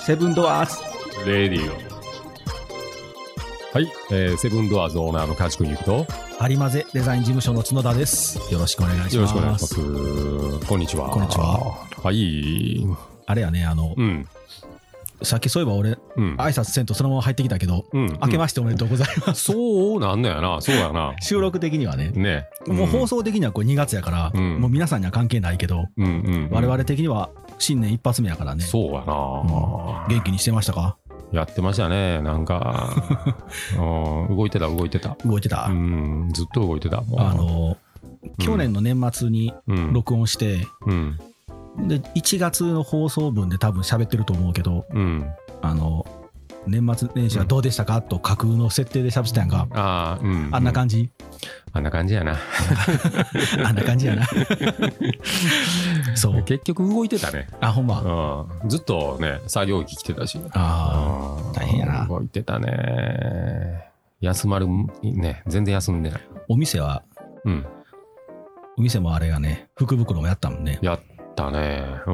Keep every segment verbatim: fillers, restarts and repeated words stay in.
セブンドアーズレディオ。はい、えー、セブンドアーズオーナーの梶君ゆきと有馬ぜデザイン事務所の角田です。よろしくお願いします。 よろしくお願いします。こんにちは。 こんにちは。 はい。 あれやね、あの、うん、さっきそういえば俺、うん、挨拶せんとそのまま入ってきたけど、うん、明けましておめでとうございます。 そうなんのやな、そうやな。 収録的にはね、 ね、 うん、もう放送的にはこれにがつやから、うん、もう皆さんには関係ないけど、うんうんうん、我々的には新年一発目やからね。 そうやな、 うん。元気にしてましたか？ やってましたね、なんか、うん、動いてた動いてた動いてた、 うん、ずっと動いてた。もうあの去年の年末に録音して、うんうん、でいちがつの放送分で多分喋ってると思うけど、うん、あの年末年始はどうでしたか、うん、と架空の設定で喋ってたやんか。あ、うん、あんな感じ、 あんな感じやなあんな感じやなそう結局動いてたね。 あ、ほんま、 うん、ずっとね作業着着てたし、 ああ大変やな。 動いてたね。休まるね、全然休んでない。 お店は、うん、お店もあれがね、福袋もやったもんね。 やったね、うん、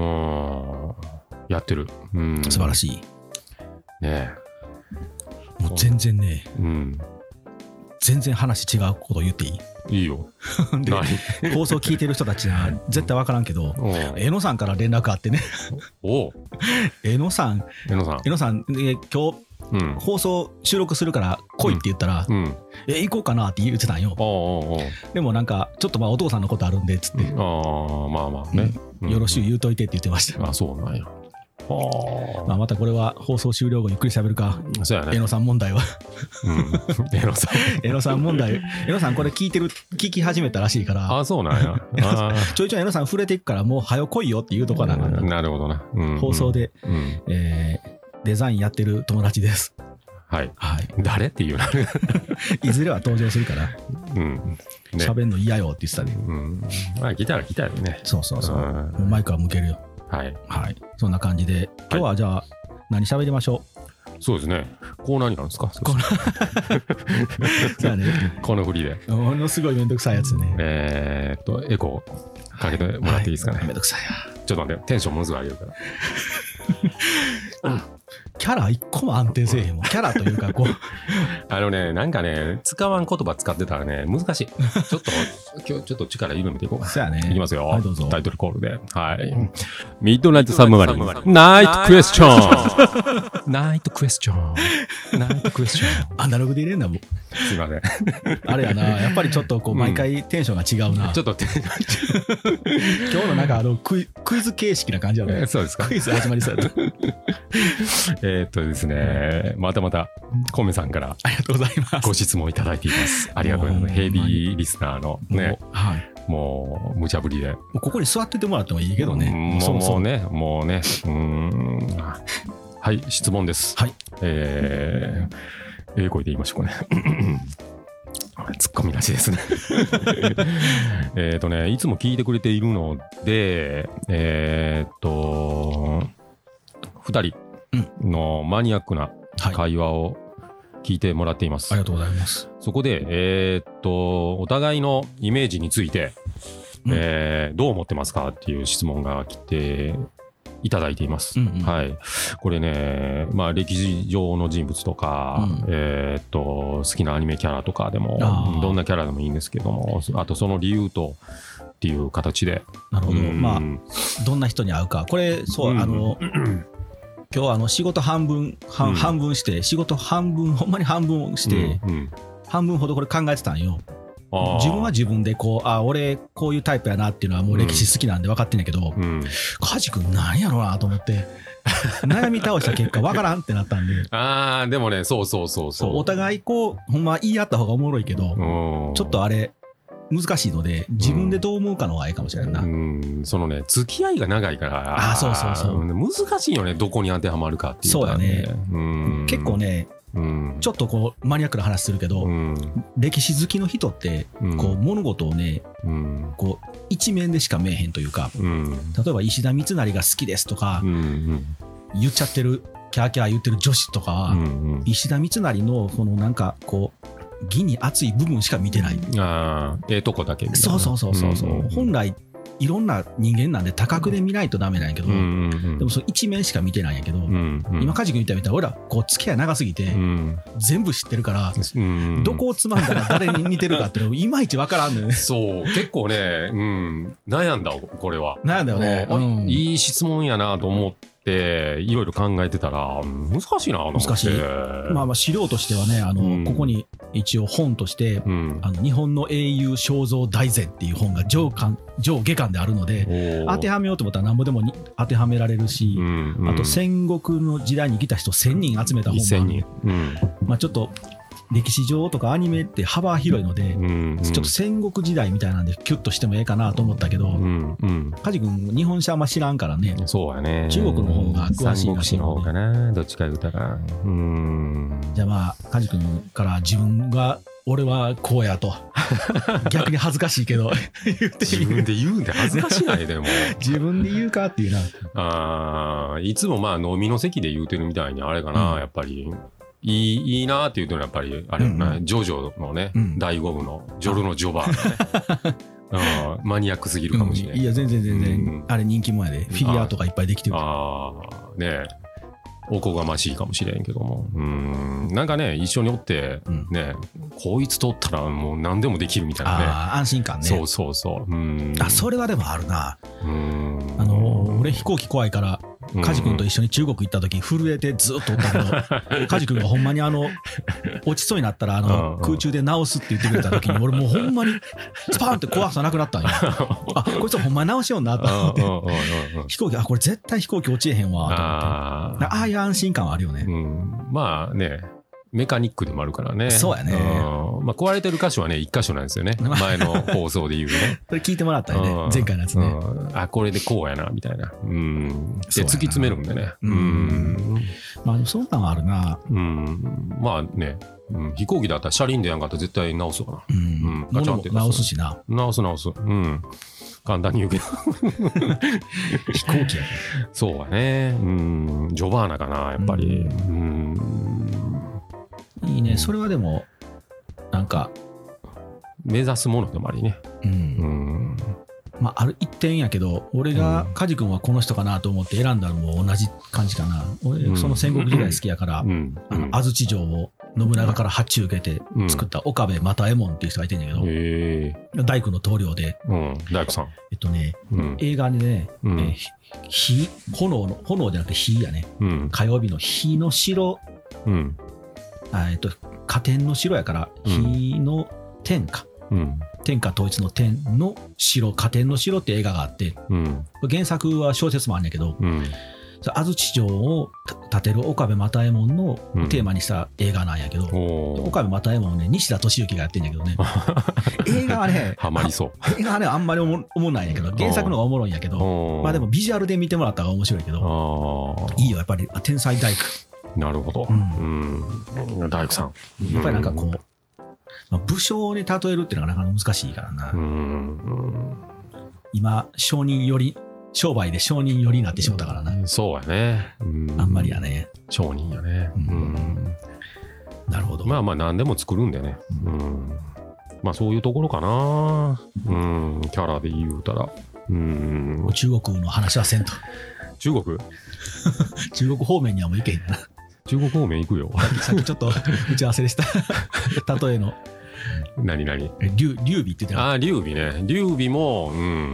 やってる、うん、 素晴らしいね。 もう全然ね、うん、全然話違うこと言っていい？ いいよで放送聞いてる人たちは絶対分からんけど、えのさんから連絡あってねおえのさんえのさんえのさん、え今日、うん、放送収録するから来いって言ったら、うんうん、え行こうかなって言ってたんよ。おうおうおう。でもなんかちょっとまあお父さんのことあるんでっつって、うん、 あまあまあね、 うん、よろしゅう言うといてって言ってました。 あ、そうなんや。 まあ、またこれは放送終了後ゆっくり喋るか。そうやね。えのさん問題は、うん、えのさんえのさん問題。えのさんこれ聞いてる聞き始めたらしいから。 あ、そうなんや。あちょいちょいえのさん触れていくからもう早来いよっていうところなんだ、 うん、なるほどな、うん、 放送で、うん、えー、デザインやってる友達です。 はい、はい、誰っていういずれは登場するから、うん、喋、ね、んの嫌よって言ってたね、うん、 まあ来たら来たらね。 そうそうそう、もうマイクは向けるよ。はい、はい、そんな感じで今日はじゃあ何喋りましょう。そうですね、コーナーになるんですか。コーナーそうやね、この振りでものすごいめんどくさいやつね。 えーっとエコーかけてもらっていいですかね、はい、 めんどくさいわ。 ちょっと待って、テンションものすごい上げるからキャラ一個も安定せえへんもん。キャラというかこうあのね、なんかね、使わん言葉使ってたらね難しい。ちょっと今日ちょっと力緩めていこうか。 そうやね。 いきますよ、 はい、どうぞ。 タイトルコールで、はい、ミッドナイトサブマリンナイトクエスチョンナイトクエスチョンナイトクエスチョンアナログで入れんなもん。 すいませんあれやな、やっぱりちょっとこう毎回テンションが違うな、うん、 ちょっとテンション今日のなんかあのクイ、クイズ形式な感じだね、 えー、そうですか。 クイズ始まりそうやったえっとですね、またまたコメさんからありがとうございますご質問いただいています。ありがとうございます。ヘビーリスナーのね、はい、もう無茶ぶりでここに座っててもらってもいいけどね。 もう、そろそろもうねもうねうーんはい質問です。はい、えー、ええ声で言いましょうかねツッコミなしですねえっとねいつも聞いてくれているのでえー、っとふたりのマニアックな会話を聞いてもらっています、 はい、ありがとうございます。 そこで、えー、っとお互いのイメージについて、うん、えー、どう思ってますかっていう質問が来ていただいています、うんうん、はい、これね、まあ、歴史上の人物とか、うん、えー、っと好きなアニメキャラとかでもどんなキャラでもいいんですけども、あとその理由とっていう形で。 なるほど、うん、まあどんな人に会うかこれそう、うん、あの今日はあの仕事半分、半、うん、半分して仕事半分ほんまに半分して、うんうん、半分ほどこれ考えてたんよ。自分は自分でこうあ俺こういうタイプやなっていうのはもう歴史好きなんで分かってんだけど、うん、梶君何やろうなと思って悩み倒した結果分からんってなったんであーでもねそうそうそうそう、 お互いこうほんま言い合った方がおもろいけどちょっとあれ難しいので自分でどう思うかの方がいいかもしれんな、うん、 そのね付き合いが長いからあそうそうそう難しいよね、どこに当てはまるかっていう、ね、 そうやね、うん、結構ね、うん、ちょっとこうマニアックな話するけど、うん、歴史好きの人ってこう物事をね、うん、こう一面でしか見えへんというか、うん、例えば石田三成が好きですとか、うん、言っちゃってるキャーキャー言ってる女子とかは、うんうん、石田三成のこのなんかこう義に熱い部分しか見てない。 ああ、ええとこだけみたいな。 そうそうそうそうそう、うんうん、本来いろんな人間なんで多角で見ないとダメなんやけど、 うんうんうん、 でもその一面しか見てないんやけど、 うんうん、 今梶君言ったみたいに俺らこう付き合い長すぎて、うん、全部知ってるから、うん、どこをつまんだら誰に似てるかっていうのいまいち分からんのよね。 そう結構ね、うん、悩んだこれは悩んだよね、 うん、いい質問やなと思っていろいろ考えてたら難しいなと思って。難しい。 まあまあ資料としてはね、あの、うん、ここに一応本として、うん、あの日本の英雄肖像大全っていう本が上巻上下巻であるので、当てはめようと思ったら何ぼでもに当てはめられるし、うんうん、あと戦国の時代に来た人せんにん集めた本もある。せんにん、うん、まあちょっと歴史上とかアニメって幅広いので、うんうん、ちょっと戦国時代みたいなんでキュッとしてもええかなと思ったけど、うんうん、梶君日本史あんま知らんからね。 そうやね。 中国の方が詳しいらしいので。三国志の方かな、どっちか言うたら。うん。 じゃあまあ梶君から自分が俺はこうやと逆に恥ずかしいけど言って自分で言うんで恥ずかしないでも自分で言うかっていうな。 あいつもまあ飲みの席で言うてるみたいにあれかな、うん、やっぱり。いい, いいなっていうとやっぱりあれよね、うんうん、ジョジョのね、うん、だいご部のジョルノ・ジョバーのねあマニアックすぎるかもしれない、うん、 いや全然全然、うん、あれ人気もやでフィギュアとかいっぱいできてる。 ああねえおこがましいかもしれんけども、うんなんかね一緒におってね、うん、こいつとったらもう何でもできるみたいなね。 あ安心感ね。 そうそうそう。うんあそれはでもあるな。うんあの俺飛行機怖いから梶君と一緒に中国行った時震えてずっとおったけど梶君がほんまにあの落ちそうになったらあの空中で直すって言ってくれた時に俺もうほんまにスパーンって怖さなくなったんよ。あこいつほんまに直しようなと思って飛行機あこれ絶対飛行機落ちえへんわと思ってあああいう安心感はあるよね、うん、 まあねメカニックでもあるからね。 そうやね、 うんまあ、壊れてる箇所はね一箇所なんですよね前の放送で言うねこれ聞いてもらったよね、うん、前回のやつね、 うん、あこれでこうやなみたいな、うん、で突き詰めるんでねうん、うん、 まあそうなんはあるな、 うん、まあね、うん、飛行機だったら車輪でやんかったら絶対直すかな、うんうん、ガチャンって直すしな直す直すうん簡単に言うけど飛行機やねそうやねうんジョバーナかなやっぱりうん、 うん、いいねそれはでもなんか目指すものでもありねうん、 うんまあ、ある一点やけど俺が梶君はこの人かなと思って選んだのも同じ感じかな。俺その戦国時代好きやから、うん、あの安土城を信長から発注受けて作った岡部又右衛門っていう人がいてんだけど、うん、大工の棟梁で、 うん、大工さんえっとね、うん、映画でね、うんえー、火炎の炎じゃなくて火やね、うん、火曜日の火の城、うん、あえっと火天の城やから火の天か、うん、天下統一の天の城火天の城って映画があって、うん、原作は小説もあるんやけど、うん、安土城を建てる岡部又右衛門のテーマにした映画なんやけど、うん、岡部又右衛門はね西田敏行がやってんやけどね映画はねハマりそう映画はねあんまりおも思んないんやけど原作の方がおもろいんやけどまあでもビジュアルで見てもらったら面白いけどいいよやっぱり天才大工。 なるほど、うんうん、大工さんやっぱりなんかこう、まあ、武将に例えるっていうのがなかなか難しいからな、うん、今商人より商売で商人よりになってしまったからな、うん、 そうやね、うん、 あんまりやね商人やね、うんうん、 なるほどまあまあ何でも作るんでね、うん、まあそういうところかな、うん、キャラで言うたら、うん、 中国の話はせんと中国中国方面にはもう行けへんな中国方面行くよさっきちょっと打ち合わせでした例えの何何劉備って言ってた。 ああ劉備ね劉備も、うん、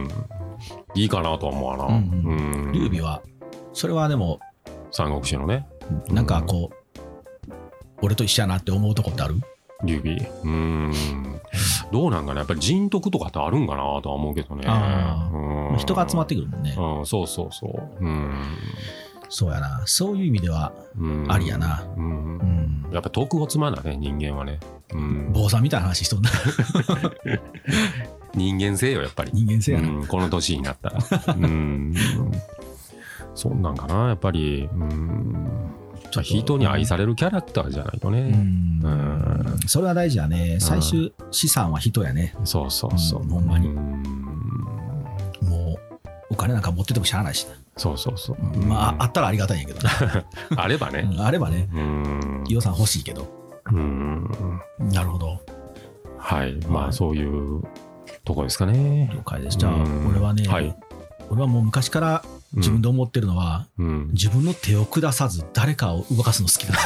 いいかなとは思うわな、うんうんうん、劉備はそれはでも三国志のねなんかこう、うん、俺と一緒やなって思うとこってある劉備うーんどうなんかなやっぱり人徳とかってあるんかなとは思うけどねうん人が集まってくるもんね、 うん、そうそうそううんそうやなそういう意味ではありやな、 うんうん、やっぱ徳を積まなね人間はね、 うん、坊さんみたいな話しとんな人間性よやっぱり人間性やな、 うん、この年になったらうんそんなんかなやっぱりうん人に愛されるキャラクターじゃないとね、うんうんそれは大事やね最終資産は人やね、 うん、そうそうそう、うん、 ほんまに、うん、もうお金なんか持っててもしゃあないしなそうそうそう、 うん、まああったらありがたいんやけどあればね、 うん、あればねうん予算欲しいけどうんなるほどはいまあそういうとこですかね。 了解です。じゃあ俺はね、はい、俺はもう昔から自分で思ってるのは、うん、自分の手を下さず誰かを動かすの好きだ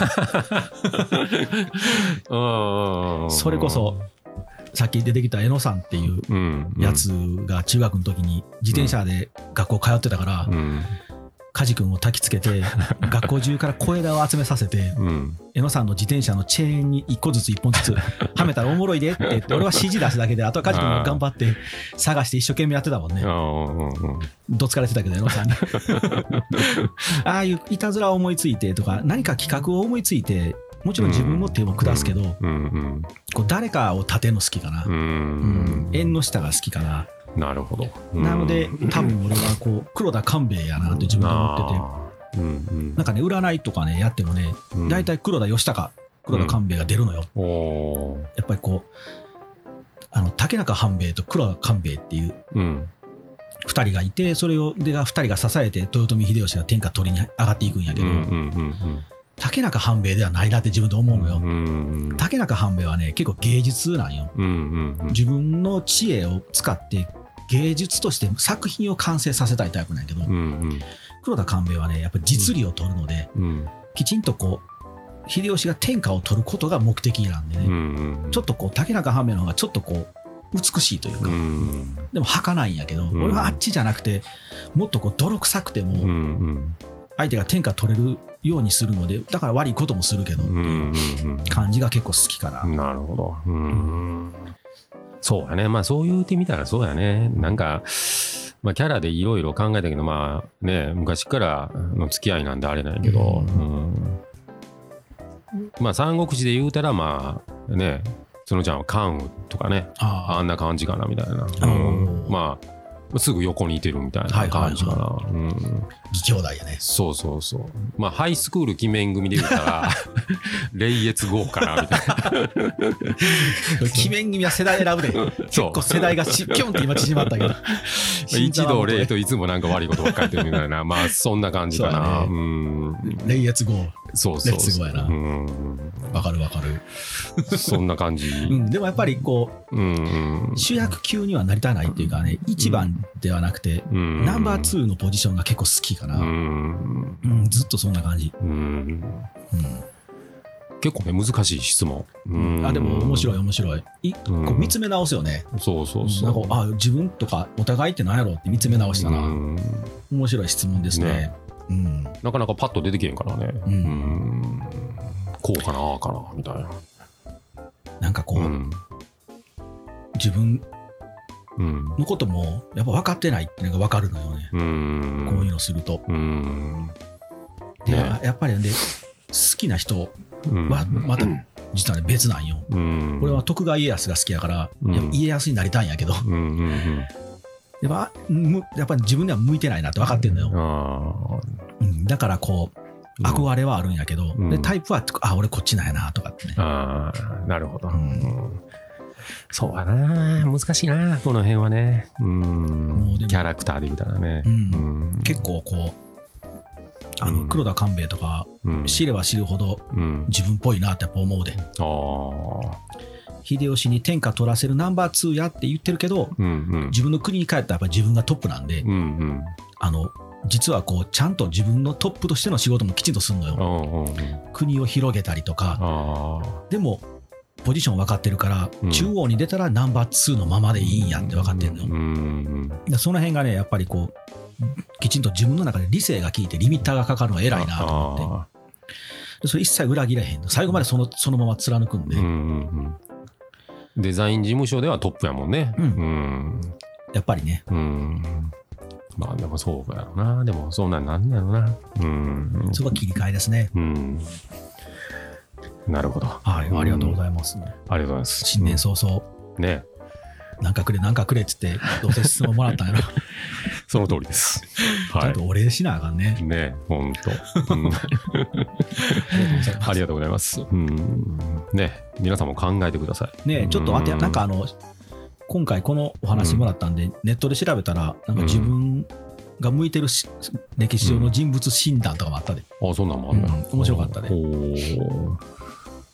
なそれこそさっき出てきた江野さんっていうやつが中学の時に自転車で学校通ってたから、うんうん梶君を焚きつけて学校中から小枝を集めさせて、うん、江野さんの自転車のチェーンにいっこずついっぽんずつはめたらおもろいでって言って俺は指示出すだけであとは梶君も頑張って探して一生懸命やってたもんね。どつかれてたけど江野さんにああいういたずらを思いついてとか何か企画を思いついてもちろん自分の手も下すけど、うんうん、こう誰かを立てるの好きかな、うんうん、縁の下が好きかな。 なるほど。 なので多分俺はこう黒田官兵衛やなって自分で思ってて、うんうん、なんかね占いとかねやってもね大体黒田義孝黒田官兵衛が出るのよ、うん、やっぱりこうあの竹中半兵衛と黒田官兵衛っていうふたりがいてそれをでがふたりが支えて豊臣秀吉が天下取りに上がっていくんやけど、うんうんうんうん竹中半兵衛ではないなって自分で思うのよ、うんうん、竹中半兵衛はね結構芸術なんよ、うんうんうん、自分の知恵を使って芸術として作品を完成させたいタイプなんやけど、うんうん、黒田官兵衛はねやっぱり実利を取るので、うん、きちんとこう秀吉が天下を取ることが目的なんでね、うんうん、ちょっとこう竹中半兵衛の方がちょっとこう美しいというか、うん、でも儚いんやけど、うん、俺はあっちじゃなくてもっとこう泥臭くても、うんうん相手が天下取れるようにするのでだから悪いこともするけどっていう感じが結構好きかな。 なるほど。うん、そうやね。まあそう言うてみたらそうやね。なんか、まあ、キャラでいろいろ考えたけどまあね昔からの付き合いなんであれないけど、うんうん、まあ三国志で言うたらまあねそのちゃんは関羽とかね あ, あんな感じかなみたいな、うん、まあすぐ横にいてるみたいな感じかな。はいはいはいうん、 義兄弟やね。 そうそうそう。まあハイスクール鬼面組で言ったら霊越号かなみたいな。 鬼面組は世代選ぶで。結構世代がしピョンって今縮まったけど。 一度霊といつもなんか悪いことばっかり言ってるみたいな。まあそんな感じかな。う、ね、 ん。霊越号。 そうそうそう。 やな。うん。わかるわかる。 そんな感じ。 うん。でもやっぱりこう、うん、主役級にはなりたないっていうかね、一番ではなくて、うん、ナンバーツーのポジションが結構好きかな。うん、うん、ずっとそんな感じ。うんうん、 結構ね難しい質問。うん、 あでも面白い面白い。いこう見つめ直すよね。 そうそうそう。 なんかあ自分とかお互いって何やろうって見つめ直したな。面白い質問ですね。ねうん、なかなかパッと出てけんからね。うん、うんこうかなあかなみたいな。 なんかこう、うん、自分のこともやっぱ分かってないっていうのが分かるのよね。うんこういうのすると。うんで、ね、やっぱりね好きな人はまた実はね別なんよ。うんこれは徳川家康が好きやから、うん、やっぱ家康になりたいんやけど、うんうんうん、やっぱやっぱり自分では向いてないなって分かってんのよ。あ、うん、だからこう憧れはあるんやけど、うん、でタイプはあ俺こっちなんやなとかってね。 あなるほど。うんそうだな難しいなこの辺はね。うんキャラクターで言うたらね、うんうん、結構こうあの黒田官兵衛とか、うん、知れば知るほど自分っぽいなってやっぱ思うで、うん、あ秀吉に天下取らせるナンバーツーやって言ってるけど、うんうん、自分の国に帰ったらやっぱり自分がトップなんで、うんうん、あの実はこうちゃんと自分のトップとしての仕事もきちんとするのよ、うんうん、国を広げたりとかでもポジション分かってるから、うん、中央に出たらナンバーツーのままでいいんやって分かってるの、うんうんうん、その辺がねやっぱりこうきちんと自分の中で理性が効いてリミッターがかかるのは偉いなと思ってそれ一切裏切らへん最後までその、そのまま貫くんで、うんうんうん、デザイン事務所ではトップやもんね、うんうん、 やっぱりね、うん、 まあでもそうやろなでもそうなんなんやろな、うん、 そこは切り替えですね、うんなるほど。 はい、ありがとうございます。うん、 ありがとうございます。 新年早々。 うん、ね。 なんかくれ、なんかくれって言って、どうせ質問もらったんやろ。 その通りです。 はい。ちゃんとお礼しなあかんね。 ね、ほんと。うん、ありがとうございます。うん。ね、皆さんも考えてください。 ね、ちょっと待って、なんかあの、今回このお話もらったんで、うん、ネットで調べたら、なんか自分が向いてるし、うん、歴史上の人物診断とかもあったで。 あ、そんなんもあるんだ。 面白かったで。お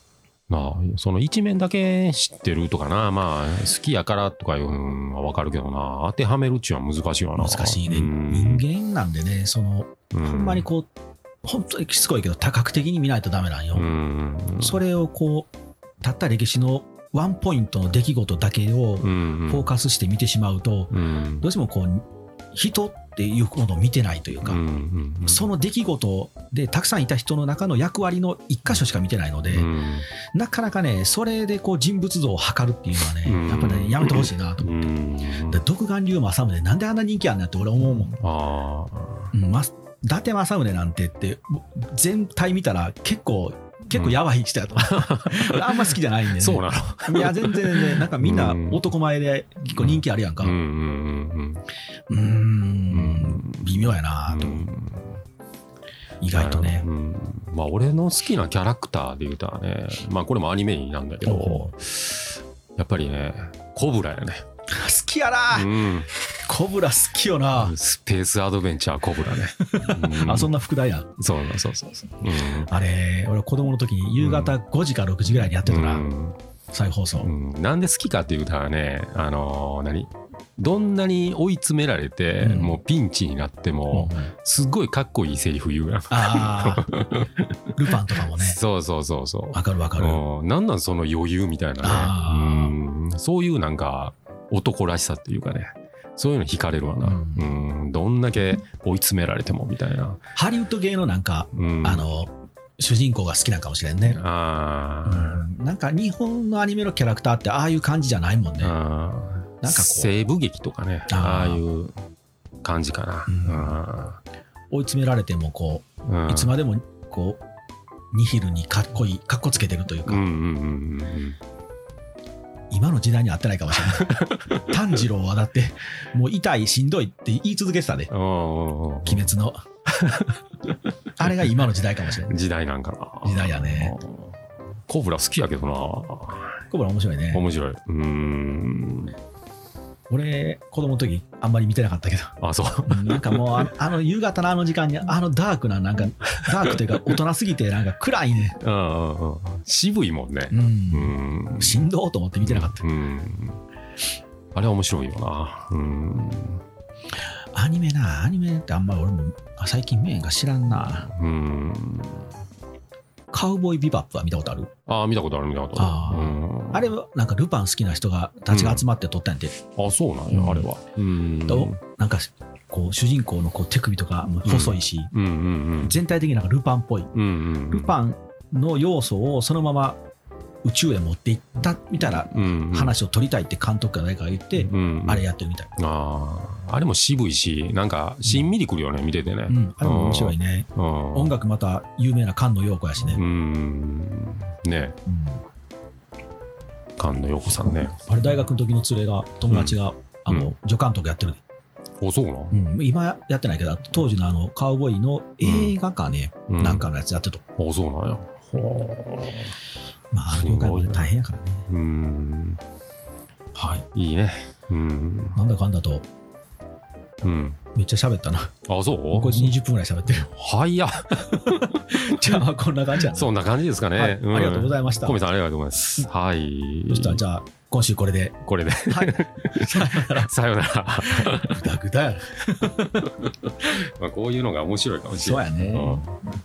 まあ、その一面だけ知ってるとかな、まあ好きやからとかいうのは分かるけどな、当てはめるっちゅうのは難しいわな。 難しいね、うん、人間なんでね、その、うん、ほんまにこう本当にしつこいけど多角的に見ないとダメなんよ、うん、それをこうたった歴史のワンポイントの出来事だけをフォーカスして見てしまうと、うん、どうしてもこう人っていうものを見てないというか、うんうんうん、その出来事でたくさんいた人の中の役割の一箇所しか見てないので、うん、なかなかねそれでこう人物像を測るっていうのはね、うん、やっぱり、ね、やめてほしいなと思って、うん、で独眼竜政宗なんであんな人気あんなって俺思うもん。あ、うん、ま、伊達政宗なんてって全体見たら結構結構やばい人やと、うん、あんま好きじゃないんでね。 そうなの。 いや全然ね、なんかみんな男前で結構人気あるやんか。うんうんうんうん、うーん微妙やなと、うん、意外とね。 うん、まあ俺の好きなキャラクターで言うたらね、まあこれもアニメなんだけど、やっぱりねコブラやね。 好きやな、うん、コブラ好きよな。 スペースアドベンチャーコブラね、 うん、あそんな副題やん。 そうそうそうそう、うん、 あれ俺子供の時に夕方ごじかろくじぐらいにやってたな、うん、再放送、うん、 なんで好きかって言うたらね、あのー、何どんなに追い詰められて、うん、もうピンチになっても、うん、すっごいかっこいいセリフ言うやん。あルパンとかもね。 そうそうそうそう。 わかるわかる。 なんなんその余裕みたいなね、うん、そういうなんか男らしさっていうかね、そういうの惹かれるわな、うんうん、どんだけ追い詰められてもみたいな。 ハリウッド系のなんか、うん、あの主人公が好きなんかもしれんね。あ、うん、なんか日本のアニメのキャラクターってああいう感じじゃないもんね。あ、なんかこう西部劇とかね、ああいう感じかな、うん、 追い詰められてもこう、うん、いつまでもこうニヒルにかっこいいかっこつけてるというか、うんうんうんうん、今の時代に合ってないかもしれない炭治郎はだってもう痛いしんどいって言い続けてたで、鬼滅のあれが今の時代かもしれない。 時代なんかな。 時代やね。 コブラ好きやけどな。 コブラ面白いね。 面白い。うーん、 俺子供の時あんまり見てなかったけど、 あ、そう、 なんかもう あ, あの夕方のあの時間にあのダークななんかダークというか大人すぎてなんか暗いね。うんうんうん、渋いもんね、 うん、うん、しんどーと思って見てなかった、うん、 あれは面白いよな、うん、 アニメな、アニメってあんまり俺も最近見えんか知らんな、うん、カウボーイビバップは見たことある？ ああ、見たことある見たことある。あ、うん、 あれはなんかルパン好きな人がたちが集まって撮ったんやて、 うん、あ、そうなんや、うん、あれは。うん、 となんかこう主人公のこう手首とかも細いし、うんうんうんうん、全体的になんかルパンっぽい、うんうんうん、ルパンの要素をそのまま宇宙へ持っていったみたいな話を撮りたいって監督が誰かが言って、うんうん、あれやってるみたい。 ああ、あれも渋いし、なんかしんみりくるよね、うん、見ててね、うん、 あれも面白いね、うん、音楽また有名な菅野陽子やしね、うん、 ね、うん、菅野陽子さんね。 あれ大学の時の連れが友達が、うん、あの、うん、助監督やってるで。 お、そうな、うん、 今やってないけど当時のあのカウボーイの映画かね、うん、なんかのやつやってた。 お、そうなんや。 まあ、あの業界も大変やからね。うん、 はい。いいね。うん。 なんだかんだと、うん、めっちゃ喋ったな。 あ、そう？ これにじゅっぷんぐらい喋ってる。 はいや。 じゃあこんな感じやな。 そんな感じですかね。はいうん、ありがとうございました。 コミさんありがとうございます。はい。 そしたらじゃあ今週これで。 これで。はい。さよなら。さよなら。 ぐだぐだや。 まあこういうのが面白いかもしれない。 そうやね。うん